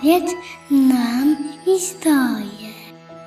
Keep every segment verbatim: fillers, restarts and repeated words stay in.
Opowiedz nam historię.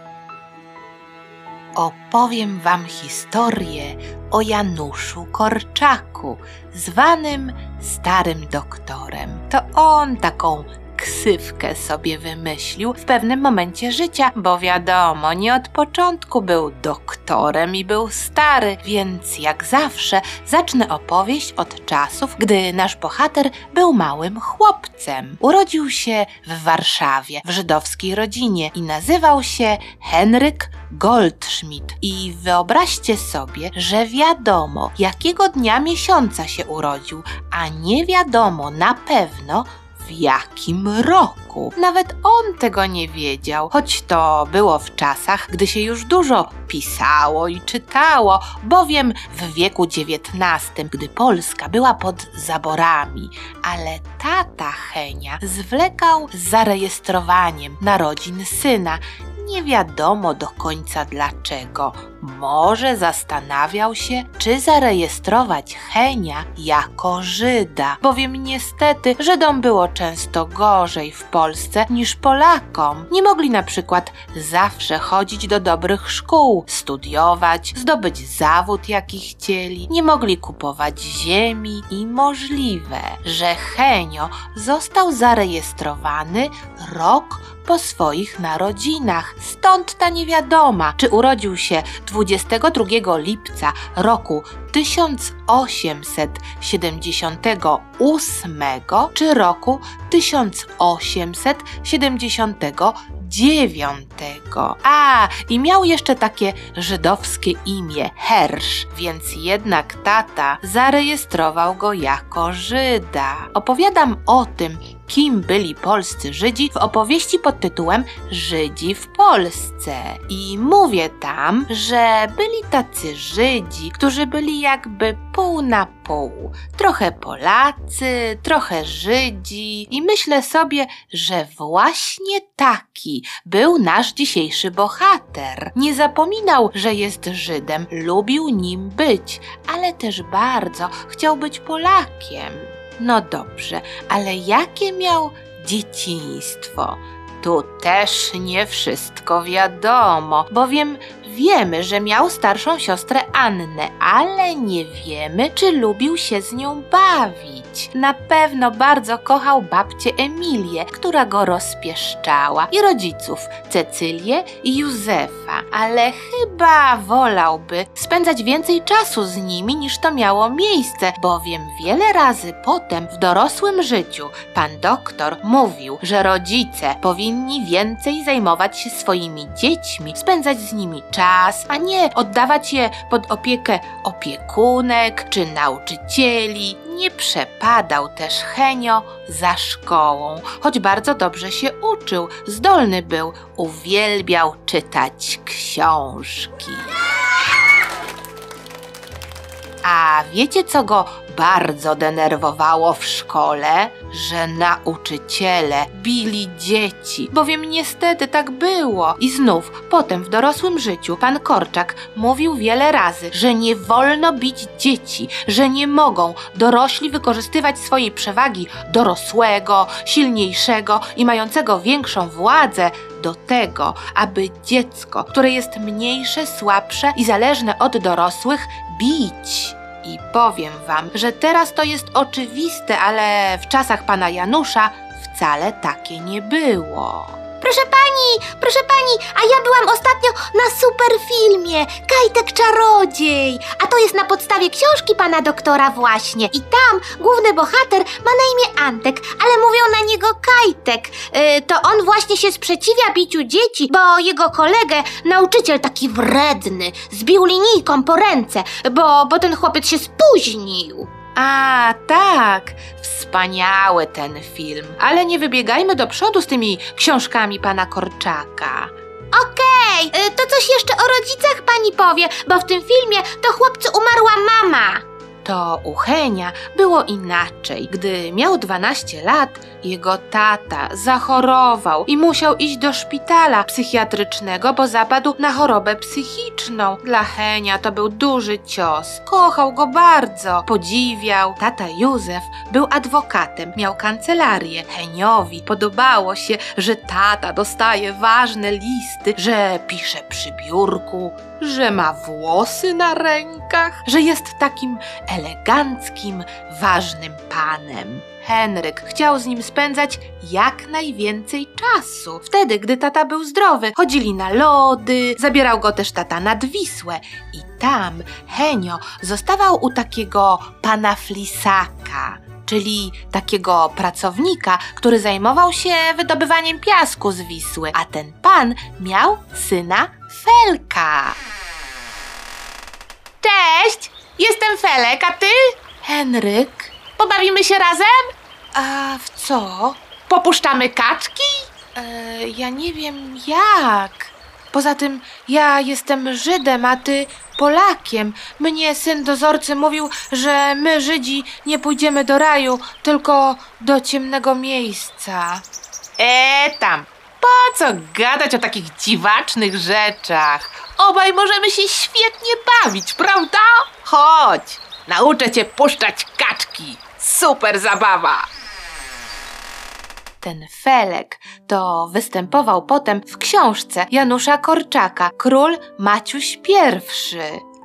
Opowiem wam historię o Januszu Korczaku, zwanym Starym Doktorem. To on taką ksywkę sobie wymyślił w pewnym momencie życia, bo wiadomo, nie od początku był doktorem i był stary, więc jak zawsze zacznę opowieść od czasów, gdy nasz bohater był małym chłopcem. Urodził się w Warszawie, w żydowskiej rodzinie i nazywał się Henryk Goldschmidt. I wyobraźcie sobie, że wiadomo, jakiego dnia miesiąca się urodził, a nie wiadomo na pewno, w jakim roku. Nawet on tego nie wiedział, choć to było w czasach, gdy się już dużo pisało i czytało, bowiem w wieku dziewiętnastym, gdy Polska była pod zaborami, ale tata Henia zwlekał z zarejestrowaniem narodzin syna. Nie wiadomo do końca dlaczego. Może zastanawiał się, czy zarejestrować Henia jako Żyda, bowiem niestety Żydom było często gorzej w Polsce niż Polakom. Nie mogli na przykład zawsze chodzić do dobrych szkół, studiować, zdobyć zawód jaki chcieli, nie mogli kupować ziemi i możliwe, że Henio został zarejestrowany rok po swoich narodzinach. Stąd ta niewiadoma, czy urodził się dwudziestego drugiego lipca roku tysiąc osiemset siedemdziesiątego ósmego czy roku tysiąc osiemset siedemdziesiątego dziewiątego. A, i miał jeszcze takie żydowskie imię Hersz, więc jednak tata zarejestrował go jako Żyda. Opowiadam o tym, kim byli polscy Żydzi w opowieści pod tytułem Żydzi w Polsce. I mówię tam, że byli tacy Żydzi, którzy byli jakby pół na pół. Trochę Polacy, trochę Żydzi. I myślę sobie, że właśnie taki był nasz dzisiejszy bohater. Nie zapominał, że jest Żydem, lubił nim być, ale też bardzo chciał być Polakiem. No dobrze, ale jakie miał dzieciństwo? Tu też nie wszystko wiadomo, bowiem wiemy, że miał starszą siostrę Annę, ale nie wiemy, czy lubił się z nią bawić. Na pewno bardzo kochał babcię Emilię, która go rozpieszczała, i rodziców Cecylię i Józefa, ale chyba wolałby spędzać więcej czasu z nimi niż to miało miejsce, bowiem wiele razy potem w dorosłym życiu pan doktor mówił, że rodzice powinni więcej zajmować się swoimi dziećmi, spędzać z nimi czas, a nie oddawać je pod opiekę opiekunek czy nauczycieli. Nie przepadał też Henio za szkołą, choć bardzo dobrze się uczył, zdolny był, uwielbiał czytać książki. A wiecie, co go bardzo denerwowało w szkole? Że nauczyciele bili dzieci, bowiem niestety tak było. I znów, potem w dorosłym życiu pan Korczak mówił wiele razy, że nie wolno bić dzieci, że nie mogą dorośli wykorzystywać swojej przewagi dorosłego, silniejszego i mającego większą władzę do tego, aby dziecko, które jest mniejsze, słabsze i zależne od dorosłych, bić. I powiem wam, że teraz to jest oczywiste, ale w czasach pana Janusza wcale takie nie było. Proszę pani, proszę pani, a ja byłam ostatnio na super filmie Kajtek Czarodziej, a to jest na podstawie książki pana doktora właśnie. I tam główny bohater ma na imię Antek, ale mówią na niego Kajtek. Yy, to on właśnie się sprzeciwia biciu dzieci, bo jego kolegę, nauczyciel taki wredny, zbił linijką po ręce, bo, bo ten chłopiec się spóźnił. A, tak, wspaniały ten film, ale nie wybiegajmy do przodu z tymi książkami pana Korczaka. Okej, to coś jeszcze o rodzicach pani powie, bo w tym filmie to chłopcu umarła mama. To u Henia było inaczej. Gdy miał dwanaście lat, jego tata zachorował i musiał iść do szpitala psychiatrycznego, bo zapadł na chorobę psychiczną. Dla Henia to był duży cios. Kochał go bardzo, podziwiał. Tata Józef był adwokatem, miał kancelarię. Heniowi podobało się, że tata dostaje ważne listy, że pisze przy biurku, że ma włosy na rękach, że jest takim eleganckim, ważnym panem. Henryk chciał z nim spędzać jak najwięcej czasu. Wtedy, gdy tata był zdrowy, chodzili na lody, zabierał go też tata nad Wisłę i tam Henio zostawał u takiego pana Flisaka, czyli takiego pracownika, który zajmował się wydobywaniem piasku z Wisły, a ten pan miał syna Felka. Cześć, jestem Felek, a ty? Henryk. Pobawimy się razem? A w co? Popuszczamy kaczki? E, ja nie wiem jak. Poza tym ja jestem Żydem, a ty Polakiem. Mnie syn dozorcy mówił, że my Żydzi nie pójdziemy do raju, tylko do ciemnego miejsca. E tam, po co gadać o takich dziwacznych rzeczach? Obaj możemy się świetnie bawić, prawda? Chodź, nauczę cię puszczać kaczki. Super zabawa! Ten Felek to występował potem w książce Janusza Korczaka Król Maciuś Pierwszy.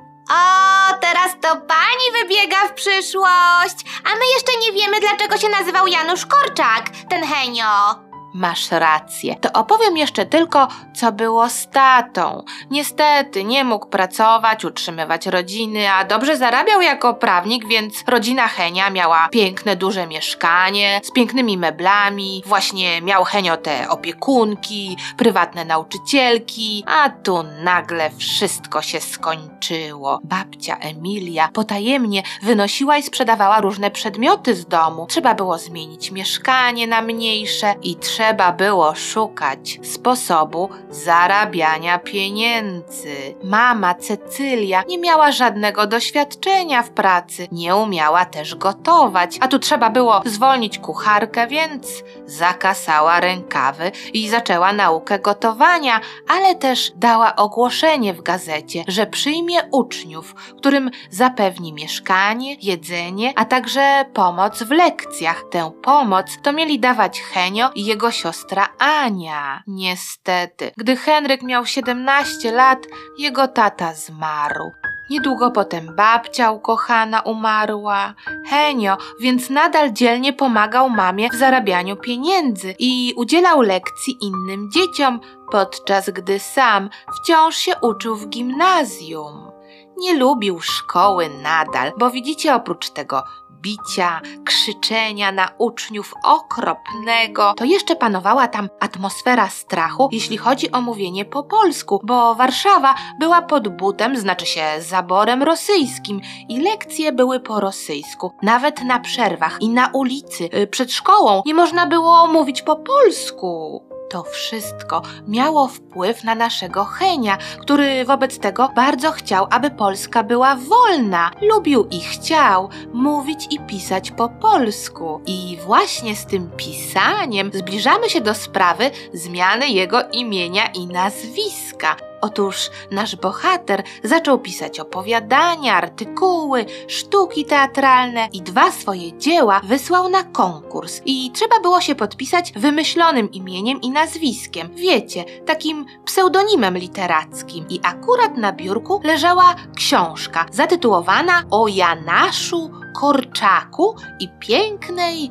O, teraz to pani wybiega w przyszłość. A my jeszcze nie wiemy, dlaczego się nazywał Janusz Korczak, ten Henio. Masz rację. To opowiem jeszcze tylko, co było z tatą. Niestety nie mógł pracować, utrzymywać rodziny, a dobrze zarabiał jako prawnik, więc rodzina Henia miała piękne, duże mieszkanie z pięknymi meblami. Właśnie miał Henio te opiekunki, prywatne nauczycielki, a tu nagle wszystko się skończyło. Babcia Emilia potajemnie wynosiła i sprzedawała różne przedmioty z domu. Trzeba było zmienić mieszkanie na mniejsze i trzeba Trzeba było szukać sposobu zarabiania pieniędzy. Mama Cecylia nie miała żadnego doświadczenia w pracy, nie umiała też gotować, a tu trzeba było zwolnić kucharkę, więc zakasała rękawy i zaczęła naukę gotowania, ale też dała ogłoszenie w gazecie, że przyjmie uczniów, którym zapewni mieszkanie, jedzenie, a także pomoc w lekcjach. Tę pomoc to mieli dawać Henio i jego siostra Ania. Niestety, gdy Henryk miał siedemnaście lat, jego tata zmarł. Niedługo potem babcia ukochana umarła. Henio więc nadal dzielnie pomagał mamie w zarabianiu pieniędzy i udzielał lekcji innym dzieciom, podczas gdy sam wciąż się uczył w gimnazjum. Nie lubił szkoły nadal, bo widzicie, oprócz tego bicia, krzyczenia na uczniów okropnego, to jeszcze panowała tam atmosfera strachu, jeśli chodzi o mówienie po polsku, bo Warszawa była pod butem, znaczy się zaborem rosyjskim i lekcje były po rosyjsku. Nawet na przerwach i na ulicy, przed szkołą nie można było mówić po polsku. To wszystko miało wpływ na naszego Henia, który wobec tego bardzo chciał, aby Polska była wolna. Lubił i chciał mówić i pisać po polsku. I właśnie z tym pisaniem zbliżamy się do sprawy zmiany jego imienia i nazwiska. Otóż nasz bohater zaczął pisać opowiadania, artykuły, sztuki teatralne i dwa swoje dzieła wysłał na konkurs i trzeba było się podpisać wymyślonym imieniem i nazwiskiem. Wiecie, takim pseudonimem literackim. I akurat na biurku leżała książka zatytułowana O Januszu Korczaku i pięknej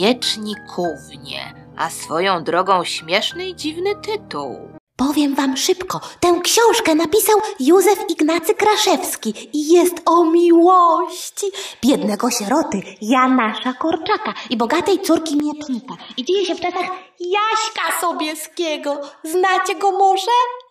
miecznikównie. A swoją drogą śmieszny i dziwny tytuł. Powiem wam szybko, tę książkę napisał Józef Ignacy Kraszewski i jest o miłości biednego sieroty Janusza Korczaka i bogatej córki miecznika. I dzieje się w czasach Jaśka Sobieskiego. Znacie go może?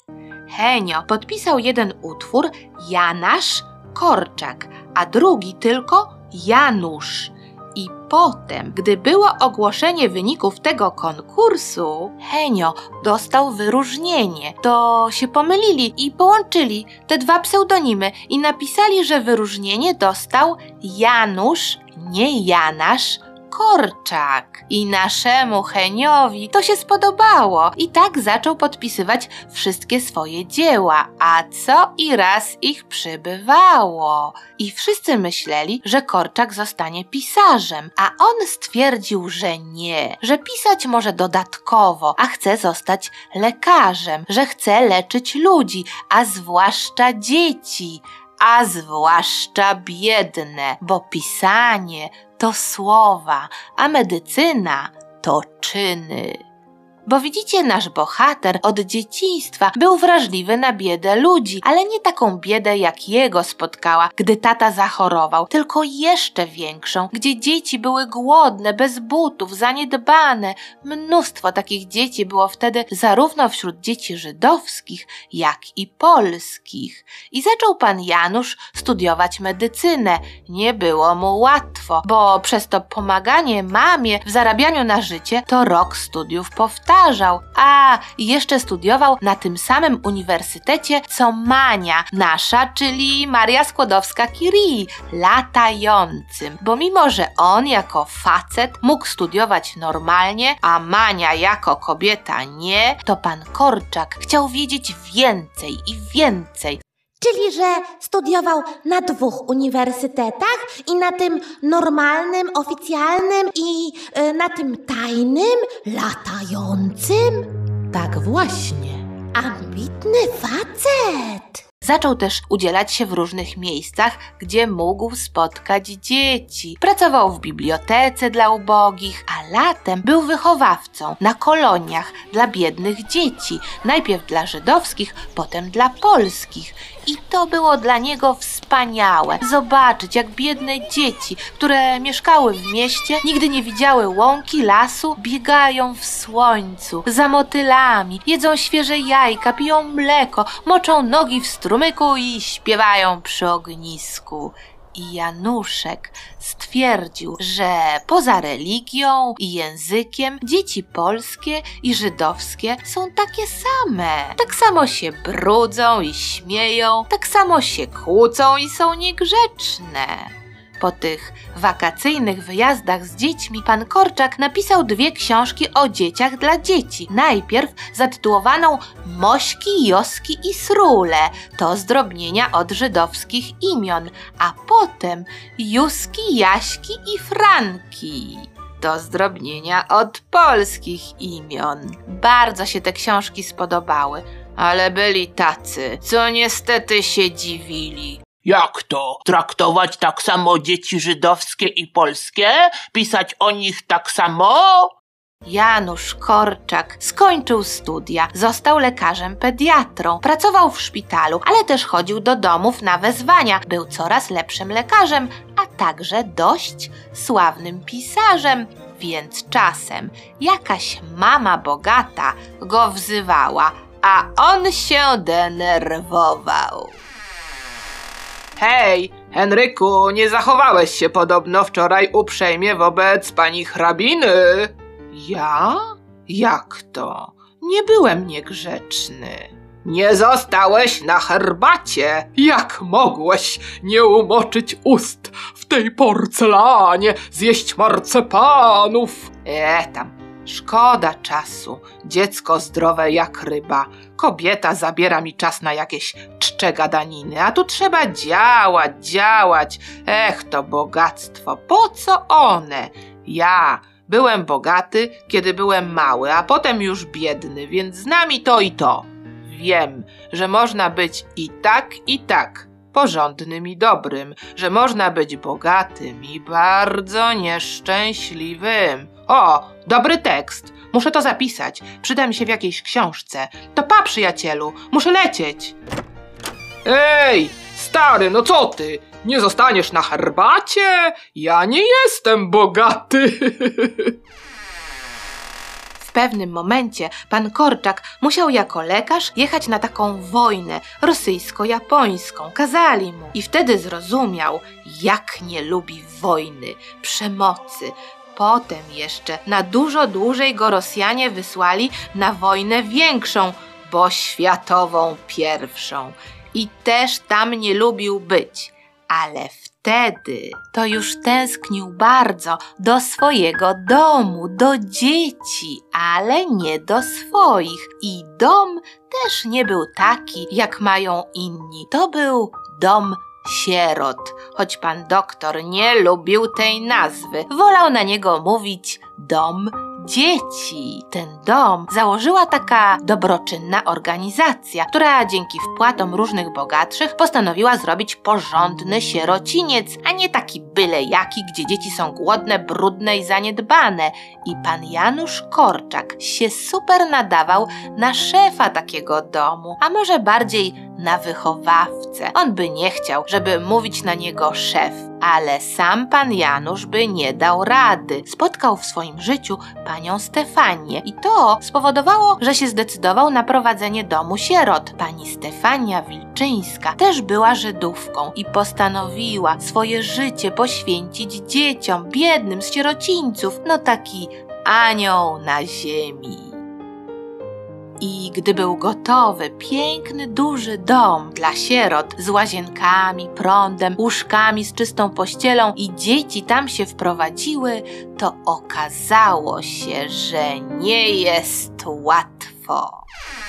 Henio podpisał jeden utwór Janusz Korczak, a drugi tylko Janusz. I potem, gdy było ogłoszenie wyników tego konkursu, Henio dostał wyróżnienie. To się pomylili i połączyli te dwa pseudonimy i napisali, że wyróżnienie dostał Janusz, nie Janasz, Korczak. I naszemu Heniowi to się spodobało i tak zaczął podpisywać wszystkie swoje dzieła, a co i raz ich przybywało. I wszyscy myśleli, że Korczak zostanie pisarzem, a on stwierdził, że nie, że pisać może dodatkowo, a chce zostać lekarzem, że chce leczyć ludzi, a zwłaszcza dzieci, a zwłaszcza biedne, bo pisanie to słowa, a medycyna to czyny. Bo widzicie, nasz bohater od dzieciństwa był wrażliwy na biedę ludzi, ale nie taką biedę, jak jego spotkała, gdy tata zachorował, tylko jeszcze większą, gdzie dzieci były głodne, bez butów, zaniedbane. Mnóstwo takich dzieci było wtedy zarówno wśród dzieci żydowskich, jak i polskich. I zaczął pan Janusz studiować medycynę. Nie było mu łatwo, bo przez to pomaganie mamie w zarabianiu na życie to rok studiów powtarzał. A, i jeszcze studiował na tym samym uniwersytecie, co Mania nasza, czyli Maria Skłodowska-Curie, latającym. Bo mimo, że on jako facet mógł studiować normalnie, a Mania jako kobieta nie, to pan Korczak chciał wiedzieć więcej i więcej. Czyli, że studiował na dwóch uniwersytetach i na tym normalnym, oficjalnym i y, na tym tajnym, latającym? Tak właśnie. Ambitny facet! Zaczął też udzielać się w różnych miejscach, gdzie mógł spotkać dzieci. Pracował w bibliotece dla ubogich, a latem był wychowawcą na koloniach dla biednych dzieci. Najpierw dla żydowskich, potem dla polskich. I to było dla niego wspaniałe. Zobaczyć, jak biedne dzieci, które mieszkały w mieście, nigdy nie widziały łąki, lasu, biegają w słońcu, za motylami, jedzą świeże jajka, piją mleko, moczą nogi w strumyku i śpiewają przy ognisku. I Januszek stwierdził, że poza religią i językiem dzieci polskie i żydowskie są takie same. Tak samo się brudzą i śmieją, tak samo się kłócą i są niegrzeczne. Po tych wakacyjnych wyjazdach z dziećmi pan Korczak napisał dwie książki o dzieciach dla dzieci. Najpierw zatytułowaną Mośki, Joski i Srule, to zdrobnienia od żydowskich imion, a potem Józki, Jaśki i Franki, to zdrobnienia od polskich imion. Bardzo się te książki spodobały, ale byli tacy, co niestety się dziwili. Jak to? Traktować tak samo dzieci żydowskie i polskie? Pisać o nich tak samo? Janusz Korczak skończył studia, został lekarzem pediatrą, pracował w szpitalu, ale też chodził do domów na wezwania, był coraz lepszym lekarzem, a także dość sławnym pisarzem, więc czasem jakaś mama bogata go wzywała, a on się denerwował. Hej, Henryku, nie zachowałeś się podobno wczoraj uprzejmie wobec pani hrabiny. Ja? Jak to? Nie byłem niegrzeczny. Nie zostałeś na herbacie. Jak mogłeś nie umoczyć ust w tej porcelanie, zjeść marcepanów? E tam, szkoda czasu. Dziecko zdrowe jak ryba. Kobieta zabiera mi czas na jakieś czcze gadaniny, a tu trzeba działać, działać. Ech, to bogactwo, po co one? Ja byłem bogaty, kiedy byłem mały, a potem już biedny, więc znam i to i to. Wiem, że można być i tak, i tak, porządnym i dobrym, że można być bogatym i bardzo nieszczęśliwym. O, dobry tekst. Muszę to zapisać. Przyda mi się w jakiejś książce. To pa, przyjacielu. Muszę lecieć. Ej, stary, no co ty? Nie zostaniesz na herbacie? Ja nie jestem bogaty. W W pewnym momencie pan Korczak musiał jako lekarz jechać na taką wojnę rosyjsko-japońską. Kazali mu. I wtedy zrozumiał, jak nie lubi wojny, przemocy. Potem jeszcze na dużo dłużej go Rosjanie wysłali na wojnę większą, bo światową pierwszą. I też tam nie lubił być. Ale wtedy to już tęsknił bardzo do swojego domu, do dzieci, ale nie do swoich. I dom też nie był taki, jak mają inni. To był dom sierot, choć pan doktor nie lubił tej nazwy. Wolał na niego mówić dom dzieci. Ten dom założyła taka dobroczynna organizacja, która dzięki wpłatom różnych bogatszych postanowiła zrobić porządny sierociniec, a nie taki byle jaki, gdzie dzieci są głodne, brudne i zaniedbane. I pan Janusz Korczak się super nadawał na szefa takiego domu, a może bardziej na wychowawcę. On by nie chciał, żeby mówić na niego szef, ale sam pan Janusz by nie dał rady. Spotkał w swoim życiu panią Stefanię i to spowodowało, że się zdecydował na prowadzenie domu sierot. Pani Stefania Wilczyńska też była Żydówką i postanowiła swoje życie poświęcić dzieciom, biednym z sierocińców, no taki anioł na ziemi. I gdy był gotowy piękny, duży dom dla sierot z łazienkami, prądem, łóżkami z czystą pościelą i dzieci tam się wprowadziły, to okazało się, że nie jest łatwo.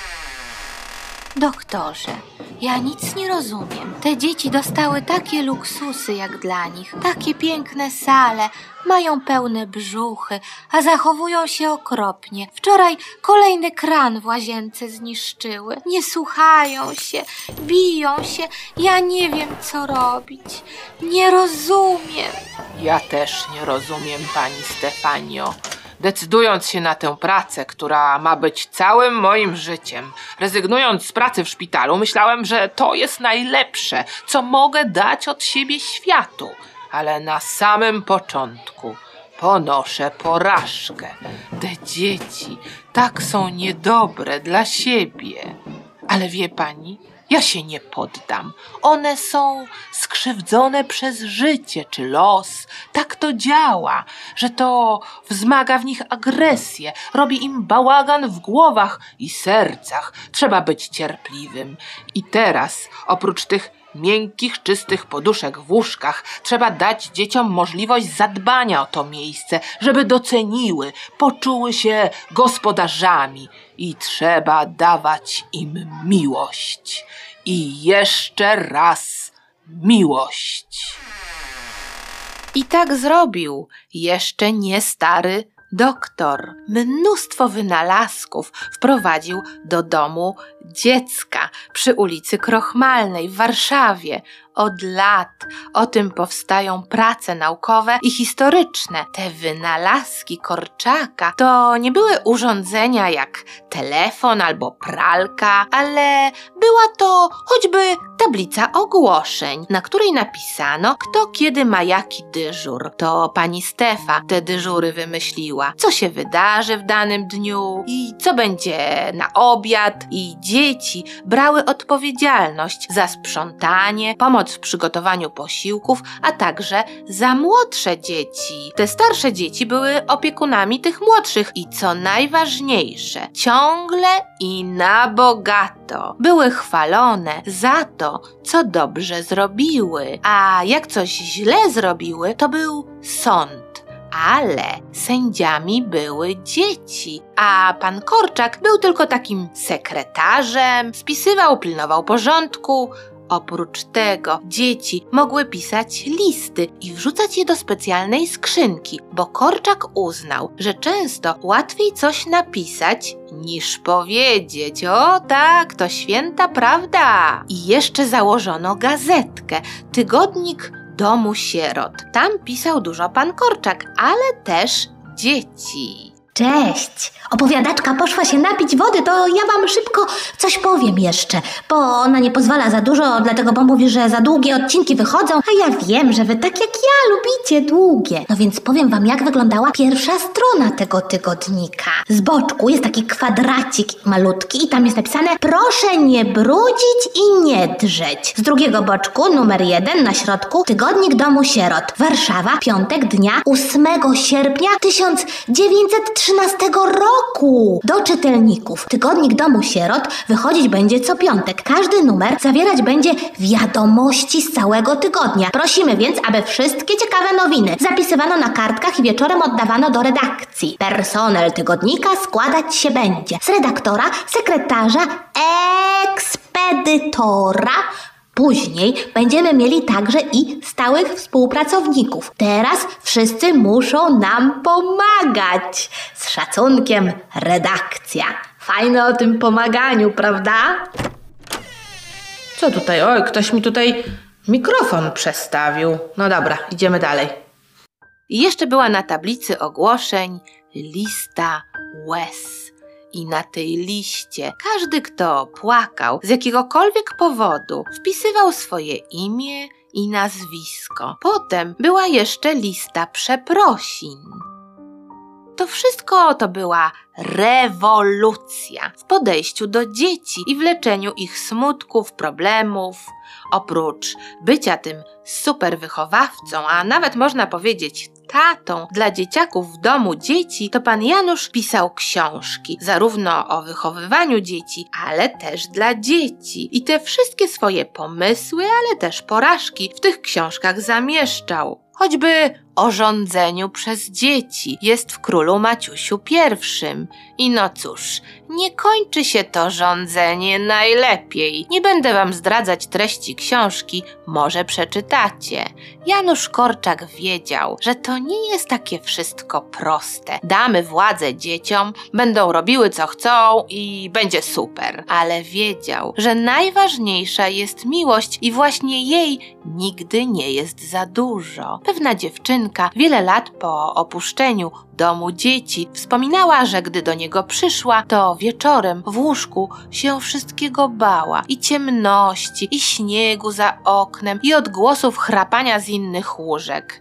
Doktorze, ja nic nie rozumiem. Te dzieci dostały takie luksusy jak dla nich, takie piękne sale, mają pełne brzuchy, a zachowują się okropnie. Wczoraj kolejny kran w łazience zniszczyły. Nie słuchają się, biją się. Ja nie wiem, co robić. Nie rozumiem. Ja też nie rozumiem, pani Stefanio. Decydując się na tę pracę, która ma być całym moim życiem, rezygnując z pracy w szpitalu, myślałem, że to jest najlepsze, co mogę dać od siebie światu. Ale na samym początku ponoszę porażkę. Te dzieci tak są niedobre dla siebie. Ale wie pani, ja się nie poddam. One są skrzywdzone przez życie czy los. Tak to działa, że to wzmaga w nich agresję, robi im bałagan w głowach i sercach. Trzeba być cierpliwym. I teraz, oprócz tych miękkich, czystych poduszek w łóżkach, trzeba dać dzieciom możliwość zadbania o to miejsce, żeby doceniły, poczuły się gospodarzami i trzeba dawać im miłość. I jeszcze raz miłość. I tak zrobił jeszcze nie stary doktor. Mnóstwo wynalazków wprowadził do domu dziecka przy ulicy Krochmalnej w Warszawie. Od lat o tym powstają prace naukowe i historyczne. Te wynalazki Korczaka to nie były urządzenia jak telefon albo pralka, ale była to choćby tablica ogłoszeń, na której napisano, kto kiedy ma jaki dyżur. To pani Stefa te dyżury wymyśliła, co się wydarzy w danym dniu i co będzie na obiad. I dzieci brały odpowiedzialność za sprzątanie, pomoc w przygotowaniu posiłków, a także za młodsze dzieci. Te starsze dzieci były opiekunami tych młodszych i co najważniejsze, ciągle i na bogato były chwalone za to, co dobrze zrobiły, a jak coś źle zrobiły, to był sąd. Ale sędziami były dzieci, a pan Korczak był tylko takim sekretarzem, spisywał, pilnował porządku. Oprócz tego dzieci mogły pisać listy i wrzucać je do specjalnej skrzynki, bo Korczak uznał, że często łatwiej coś napisać niż powiedzieć. O tak, to święta prawda. I jeszcze założono gazetkę, tygodnik Domu Sierot. Tam pisał dużo pan Korczak, ale też dzieci. Cześć! Opowiadaczka poszła się napić wody, to ja wam szybko coś powiem jeszcze, bo ona nie pozwala za dużo, dlatego bo mówi, że za długie odcinki wychodzą, a ja wiem, że wy tak jak ja lubicie długie. No więc powiem wam, jak wyglądała pierwsza strona tego tygodnika. Z boczku jest taki kwadracik malutki i tam jest napisane: proszę nie brudzić i nie drzeć. Z drugiego boczku, numer jeden, na środku, Tygodnik Domu Sierot. Warszawa, piątek dnia ósmego sierpnia tysiąc dziewięćset trzynastego roku. Do czytelników. Tygodnik Domu Sierot wychodzić będzie co piątek. Każdy numer zawierać będzie wiadomości z całego tygodnia. Prosimy więc, aby wszystkie ciekawe nowiny zapisywano na kartkach i wieczorem oddawano do redakcji. Personel tygodnika składać się będzie z redaktora, sekretarza, ekspedytora. Później będziemy mieli także i stałych współpracowników. Teraz wszyscy muszą nam pomagać. Z szacunkiem, redakcja. Fajne o tym pomaganiu, prawda? Co tutaj? Oj, ktoś mi tutaj mikrofon przestawił. No dobra, idziemy dalej. I jeszcze była na tablicy ogłoszeń lista łez. I na tej liście każdy, kto płakał z jakiegokolwiek powodu, wpisywał swoje imię i nazwisko. Potem była jeszcze lista przeprosin. To wszystko to była rewolucja w podejściu do dzieci i w leczeniu ich smutków, problemów. Oprócz bycia tym super wychowawcą, a nawet można powiedzieć tatą dla dzieciaków w domu dzieci, to pan Janusz pisał książki, zarówno o wychowywaniu dzieci, ale też dla dzieci. I te wszystkie swoje pomysły, ale też porażki w tych książkach zamieszczał. Choćby o rządzeniu przez dzieci jest w Królu Maciusiu pierwszym. I no cóż, nie kończy się to rządzenie najlepiej. Nie będę wam zdradzać treści książki, może przeczytacie. Janusz Korczak wiedział, że to nie jest takie wszystko proste. Damy władzę dzieciom, będą robiły co chcą i będzie super. Ale wiedział, że najważniejsza jest miłość i właśnie jej nigdy nie jest za dużo. Pewna dziewczynka wiele lat po opuszczeniu domu dzieci wspominała, że gdy do niego przyszła, to wieczorem w łóżku się wszystkiego bała. I ciemności, i śniegu za oknem, i odgłosów chrapania z innych łóżek.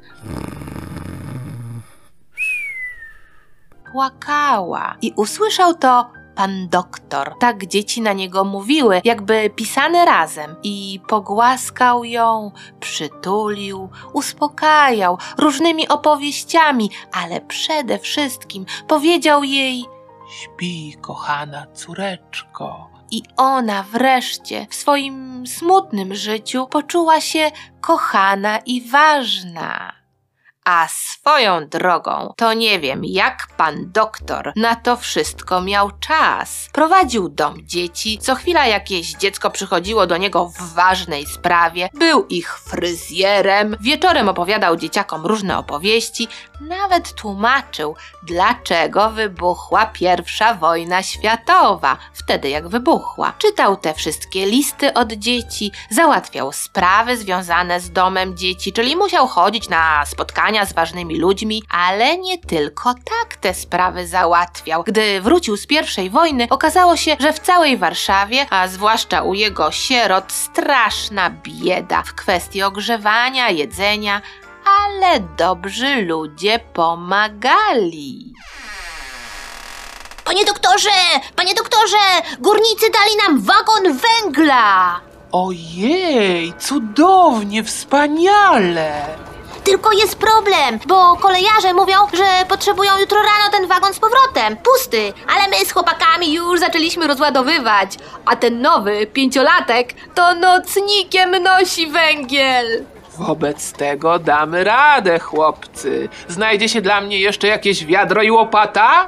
Płakała. I usłyszał to pan doktor. Tak dzieci na niego mówiły, jakby pisane razem. I pogłaskał ją, przytulił, uspokajał różnymi opowieściami, ale przede wszystkim powiedział jej: Śpij, kochana córeczko. I ona wreszcie w swoim smutnym życiu poczuła się kochana i ważna. A swoją drogą, to nie wiem, jak pan doktor na to wszystko miał czas. Prowadził dom dzieci, co chwila jakieś dziecko przychodziło do niego w ważnej sprawie, był ich fryzjerem, wieczorem opowiadał dzieciakom różne opowieści, nawet tłumaczył, dlaczego wybuchła pierwsza wojna światowa, wtedy jak wybuchła. Czytał te wszystkie listy od dzieci, załatwiał sprawy związane z domem dzieci, czyli musiał chodzić na spotkania z ważnymi ludźmi, ale nie tylko tak te sprawy załatwiał. Gdy wrócił z pierwszej wojny, okazało się, że w całej Warszawie, a zwłaszcza u jego sierot, straszna bieda w kwestii ogrzewania, jedzenia, ale dobrzy ludzie pomagali. Panie doktorze! Panie doktorze! Górnicy dali nam wagon węgla! Ojej, cudownie, wspaniale! Tylko jest problem, bo kolejarze mówią, że potrzebują jutro rano ten wagon z powrotem. Pusty, ale my z chłopakami już zaczęliśmy rozładowywać. A ten nowy, pięciolatek, to nocnikiem nosi węgiel. Wobec tego damy radę, chłopcy. Znajdzie się dla mnie jeszcze jakieś wiadro i łopata?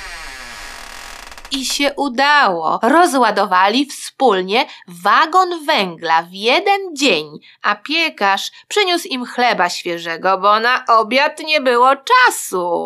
I się udało. Rozładowali wspólnie wagon węgla w jeden dzień, a piekarz przyniósł im chleba świeżego, bo na obiad nie było czasu.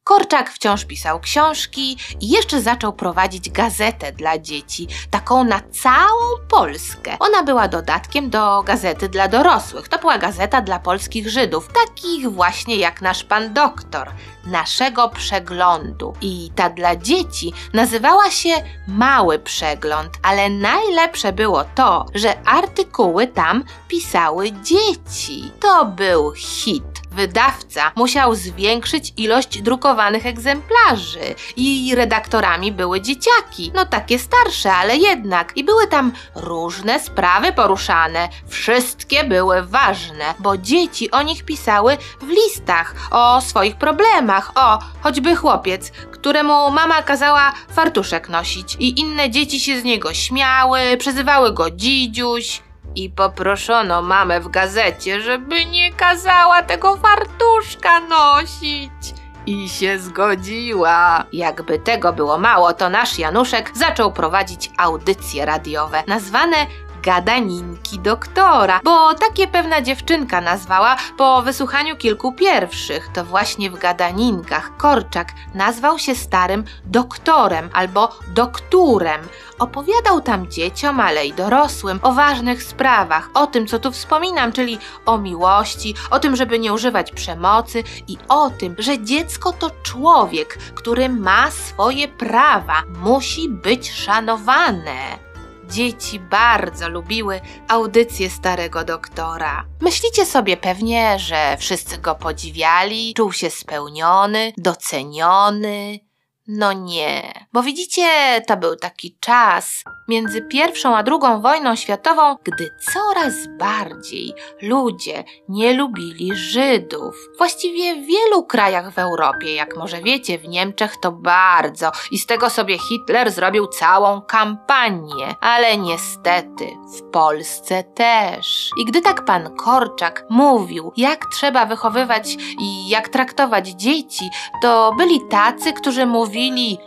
Korczak wciąż pisał książki i jeszcze zaczął prowadzić gazetę dla dzieci, taką na całą Polskę. Ona była dodatkiem do gazety dla dorosłych. To była gazeta dla polskich Żydów, takich właśnie jak nasz pan doktor, naszego przeglądu. I ta dla dzieci nazywała się Mały Przegląd, ale najlepsze było to, że artykuły tam pisały dzieci. To był hit. Wydawca musiał zwiększyć ilość drukowanych egzemplarzy i redaktorami były dzieciaki, no takie starsze, ale jednak. I były tam różne sprawy poruszane. Wszystkie były ważne, bo dzieci o nich pisały w listach, o swoich problemach. O, choćby chłopiec, któremu mama kazała fartuszek nosić i inne dzieci się z niego śmiały, przezywały go dzidziuś. I poproszono mamę w gazecie, żeby nie kazała tego fartuszka nosić. I się zgodziła. Jakby tego było mało, to nasz Januszek zaczął prowadzić audycje radiowe, nazwane Gadaninki doktora, bo takie pewna dziewczynka nazwała po wysłuchaniu kilku pierwszych. To właśnie w gadaninkach Korczak nazwał się starym doktorem albo doktorem. Opowiadał tam dzieciom, ale i dorosłym o ważnych sprawach, o tym, co tu wspominam, czyli o miłości, o tym, żeby nie używać przemocy i o tym, że dziecko to człowiek, który ma swoje prawa, musi być szanowane. Dzieci bardzo lubiły audycje starego doktora. Myślicie sobie pewnie, że wszyscy go podziwiali, czuł się spełniony, doceniony. No nie, bo widzicie, to był taki czas między pierwszą a drugą wojną światową, gdy coraz bardziej ludzie nie lubili Żydów. Właściwie w wielu krajach w Europie, jak może wiecie, w Niemczech to bardzo i z tego sobie Hitler zrobił całą kampanię, ale niestety w Polsce też. I gdy tak pan Korczak mówił, jak trzeba wychowywać i jak traktować dzieci, to byli tacy, którzy mówili: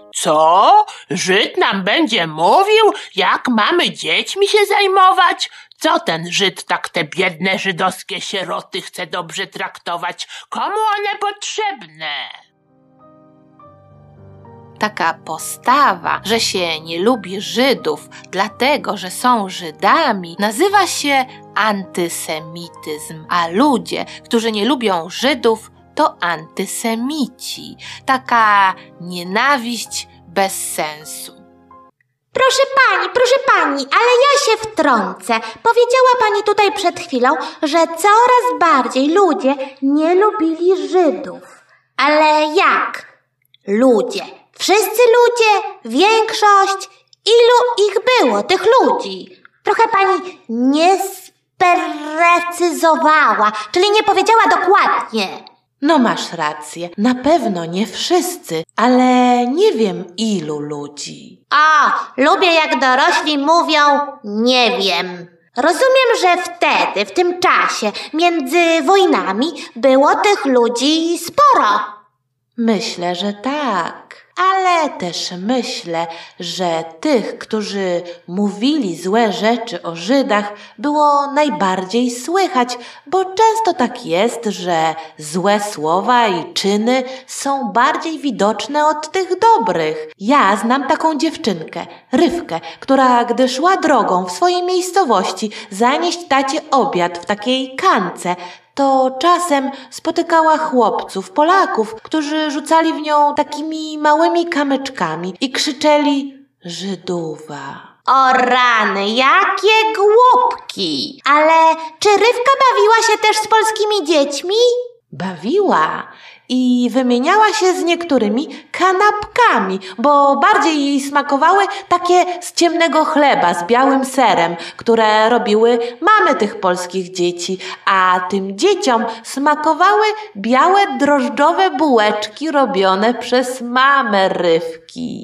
Co? Żyd nam będzie mówił, jak mamy dziećmi się zajmować? Co ten Żyd tak te biedne żydowskie sieroty chce dobrze traktować? Komu one potrzebne? Taka postawa, że się nie lubi Żydów, dlatego że są Żydami, nazywa się antysemityzm, a ludzie, którzy nie lubią Żydów, to antysemici. Taka nienawiść bez sensu. Proszę pani, proszę pani, ale ja się wtrącę. Powiedziała pani tutaj przed chwilą, że coraz bardziej ludzie nie lubili Żydów. Ale jak? Ludzie. Wszyscy ludzie? Większość? Ilu ich było, tych ludzi? Trochę pani nie sprecyzowała, czyli nie powiedziała dokładnie. No masz rację, na pewno nie wszyscy, ale nie wiem ilu ludzi. O, lubię jak dorośli mówią nie wiem. Rozumiem, że wtedy, w tym czasie, między wojnami było tych ludzi sporo. Myślę, że tak, ale też myślę, że tych, którzy mówili złe rzeczy o Żydach, było najbardziej słychać, bo często tak jest, że złe słowa i czyny są bardziej widoczne od tych dobrych. Ja znam taką dziewczynkę, Rywkę, która gdy szła drogą w swojej miejscowości zanieść tacie obiad w takiej kance, to czasem spotykała chłopców, Polaków, którzy rzucali w nią takimi małymi kamyczkami i krzyczeli Żydowa. O rany, jakie głupki! Ale czy Rywka bawiła się też z polskimi dziećmi? Bawiła i wymieniała się z niektórymi kanapkami, bo bardziej jej smakowały takie z ciemnego chleba z białym serem, które robiły mamy tych polskich dzieci, a tym dzieciom smakowały białe drożdżowe bułeczki robione przez mamę Rywki.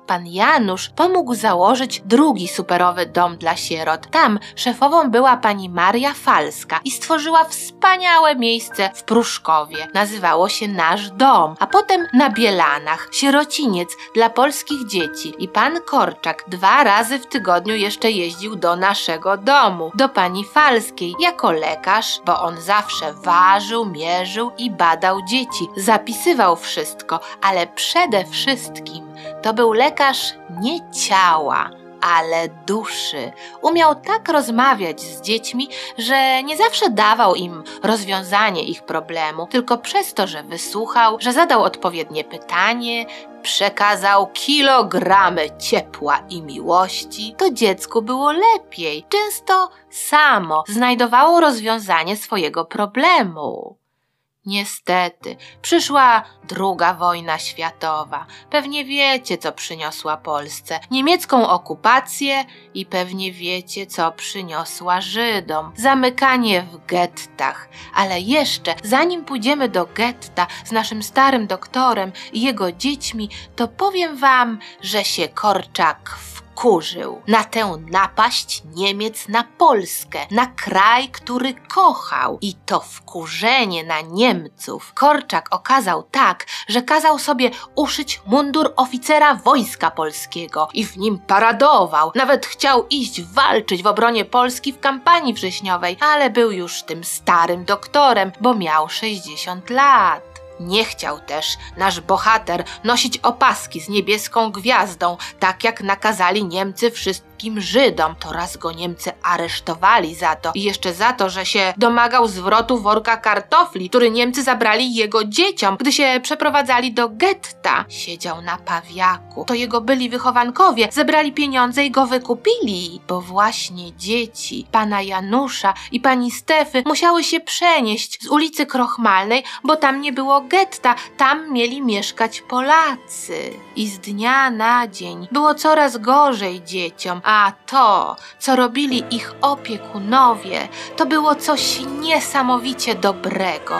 Pan Janusz pomógł założyć drugi superowy dom dla sierot. Tam szefową była pani Maria Falska i stworzyła wspaniałe miejsce w Pruszkowie. Nazywało się Nasz Dom, a potem na Bielanach sierociniec dla polskich dzieci. I pan Korczak dwa razy w tygodniu jeszcze jeździł do naszego domu, do pani Falskiej, jako lekarz, bo on zawsze ważył, mierzył i badał dzieci. Zapisywał wszystko, ale przede wszystkim to był lekarz nie ciała, ale duszy. Umiał tak rozmawiać z dziećmi, że nie zawsze dawał im rozwiązanie ich problemu, tylko przez to, że wysłuchał, że zadał odpowiednie pytanie, przekazał kilogramy ciepła i miłości, to dziecku było lepiej. Często samo znajdowało rozwiązanie swojego problemu. Niestety, przyszła druga wojna światowa. Pewnie wiecie, co przyniosła Polsce. Niemiecką okupację i pewnie wiecie, co przyniosła Żydom. Zamykanie w gettach. Ale jeszcze, zanim pójdziemy do getta z naszym starym doktorem i jego dziećmi, to powiem wam, że się Korczak wkurzył na tę napaść Niemiec na Polskę, na kraj, który kochał. I to wkurzenie na Niemców Korczak okazał tak, że kazał sobie uszyć mundur oficera Wojska Polskiego i w nim paradował. Nawet chciał iść walczyć w obronie Polski w kampanii wrześniowej, ale był już tym starym doktorem, bo miał sześćdziesiąt lat. Nie chciał też nasz bohater nosić opaski z niebieską gwiazdą, tak jak nakazali Niemcy wszystkim Żydom. To raz go Niemcy aresztowali za to i jeszcze za to, że się domagał zwrotu worka kartofli, który Niemcy zabrali jego dzieciom, gdy się przeprowadzali do getta. Siedział na pawiaku. To jego byli wychowankowie zebrali pieniądze i go wykupili, bo właśnie dzieci pana Janusza i pani Stefy musiały się przenieść z ulicy Krochmalnej, bo tam nie było getta, tam mieli mieszkać Polacy. I z dnia na dzień było coraz gorzej dzieciom, a to, co robili ich opiekunowie, to było coś niesamowicie dobrego.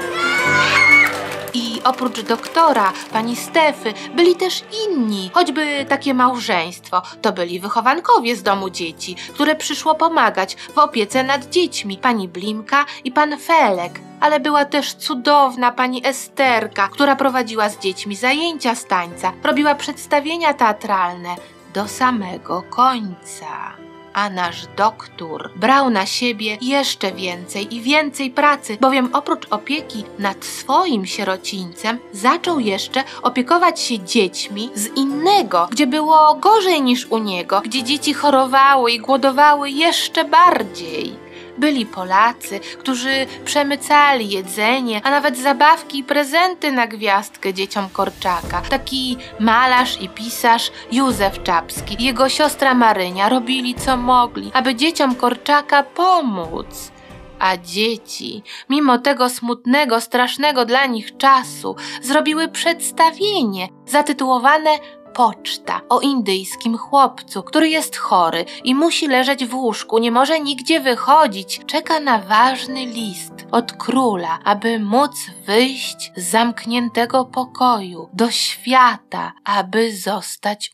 I oprócz doktora, pani Stefy, byli też inni, choćby takie małżeństwo. To byli wychowankowie z domu dzieci, które przyszło pomagać w opiece nad dziećmi, pani Blimka i pan Felek. Ale była też cudowna pani Esterka, która prowadziła z dziećmi zajęcia z tańca, robiła przedstawienia teatralne do samego końca. A nasz doktor brał na siebie jeszcze więcej i więcej pracy, bowiem oprócz opieki nad swoim sierocińcem zaczął jeszcze opiekować się dziećmi z innego, gdzie było gorzej niż u niego, gdzie dzieci chorowały i głodowały jeszcze bardziej. Byli Polacy, którzy przemycali jedzenie, a nawet zabawki i prezenty na gwiazdkę dzieciom Korczaka. Taki malarz i pisarz Józef Czapski i jego siostra Marynia robili co mogli, aby dzieciom Korczaka pomóc. A dzieci, mimo tego smutnego, strasznego dla nich czasu, zrobiły przedstawienie zatytułowane Poczta, o indyjskim chłopcu, który jest chory i musi leżeć w łóżku, nie może nigdzie wychodzić, czeka na ważny list od króla, aby móc wyjść z zamkniętego pokoju do świata, aby zostać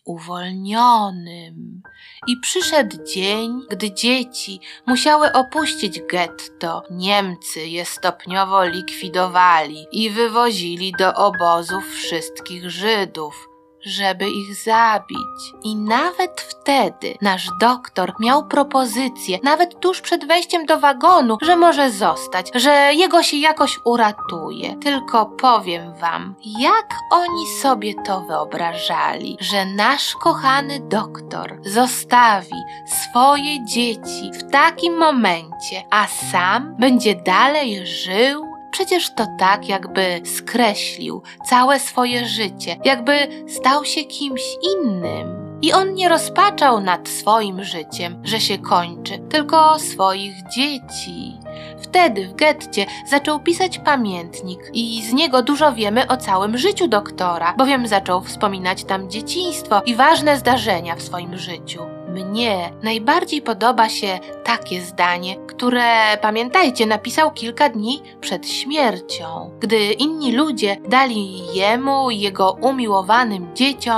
uwolnionym. I przyszedł dzień, gdy dzieci musiały opuścić getto. Niemcy je stopniowo likwidowali i wywozili do obozów wszystkich Żydów, żeby ich zabić. I nawet wtedy nasz doktor miał propozycję, nawet tuż przed wejściem do wagonu, że może zostać, że jego się jakoś uratuje. Tylko powiem wam, jak oni sobie to wyobrażali, że nasz kochany doktor zostawi swoje dzieci w takim momencie, a sam będzie dalej żył? Przecież to tak, jakby skreślił całe swoje życie, jakby stał się kimś innym. I on nie rozpaczał nad swoim życiem, że się kończy, tylko swoich dzieci. Wtedy w getcie zaczął pisać pamiętnik i z niego dużo wiemy o całym życiu doktora, bowiem zaczął wspominać tam dzieciństwo i ważne zdarzenia w swoim życiu. Mnie najbardziej podoba się takie zdanie, które, pamiętajcie, napisał kilka dni przed śmiercią, gdy inni ludzie dali jemu i jego umiłowanym dzieciom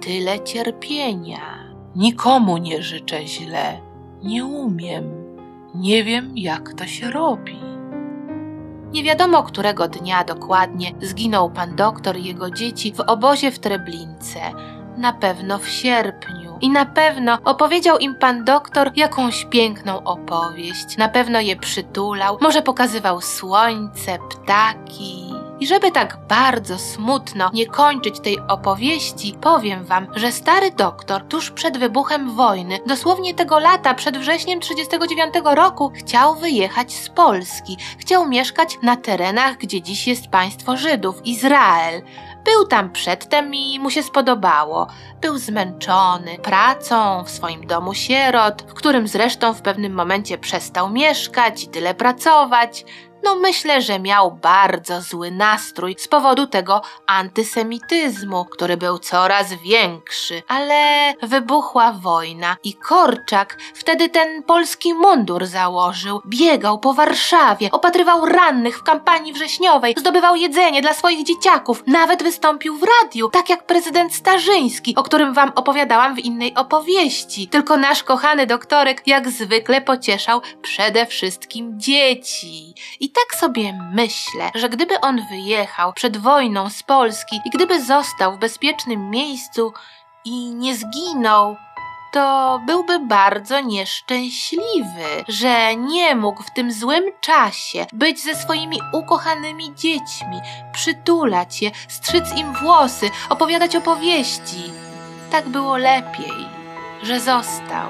tyle cierpienia. Nikomu nie życzę źle. Nie umiem. Nie wiem, jak to się robi. Nie wiadomo, którego dnia dokładnie zginął pan doktor i jego dzieci w obozie w Treblince. Na pewno w sierpniu. I na pewno opowiedział im pan doktor jakąś piękną opowieść. Na pewno je przytulał, może pokazywał słońce, ptaki. I żeby tak bardzo smutno nie kończyć tej opowieści, powiem wam, że stary doktor tuż przed wybuchem wojny, dosłownie tego lata, przed wrześniem trzydziestego dziewiątego roku, chciał wyjechać z Polski. Chciał mieszkać na terenach, gdzie dziś jest państwo Żydów, Izrael. Był tam przedtem i mu się spodobało. Był zmęczony pracą w swoim domu sierot, w którym zresztą w pewnym momencie przestał mieszkać i tyle pracować. No myślę, że miał bardzo zły nastrój z powodu tego antysemityzmu, który był coraz większy, ale wybuchła wojna i Korczak wtedy ten polski mundur założył, biegał po Warszawie, opatrywał rannych w kampanii wrześniowej, zdobywał jedzenie dla swoich dzieciaków, nawet wystąpił w radiu, tak jak prezydent Starzyński, o którym wam opowiadałam w innej opowieści. Tylko nasz kochany doktorek jak zwykle pocieszał przede wszystkim dzieci. I tak sobie myślę, że gdyby on wyjechał przed wojną z Polski i gdyby został w bezpiecznym miejscu i nie zginął, to byłby bardzo nieszczęśliwy, że nie mógł w tym złym czasie być ze swoimi ukochanymi dziećmi, przytulać je, strzyc im włosy, opowiadać opowieści. Tak było lepiej, że został.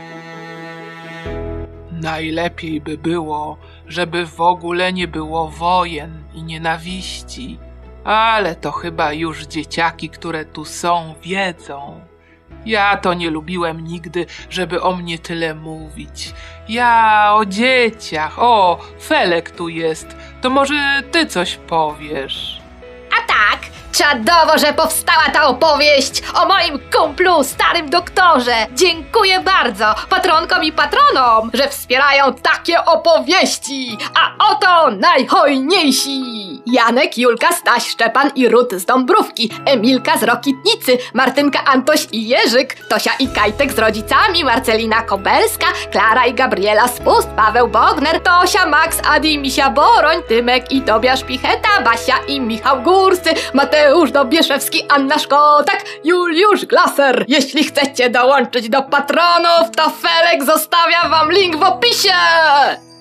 Najlepiej by było, żeby w ogóle nie było wojen i nienawiści. Ale to chyba już dzieciaki, które tu są, wiedzą. Ja to nie lubiłem nigdy, żeby o mnie tyle mówić. Ja o dzieciach. O, Felek tu jest. To może ty coś powiesz? A tak, czadowo, że powstała ta opowieść o moim kumplu, starym doktorze. Dziękuję bardzo patronkom i patronom, że wspierają takie opowieści. A oto najhojniejsi. Janek, Julka, Staś, Szczepan i Rut z Dąbrówki, Emilka z Rokitnicy, Martynka, Antoś i Jerzyk, Tosia i Kajtek z rodzicami, Marcelina Kobelska, Klara i Gabriela z Pust, Paweł Bogner, Tosia, Max, Adi, Misia Boroń, Tymek i Tobiasz Picheta, Basia i Michał Górscy, Mateusz Dobieszewski, Anna Szkotak, Juliusz Glaser. Jeśli chcecie dołączyć do patronów, to Felek zostawia wam link w opisie.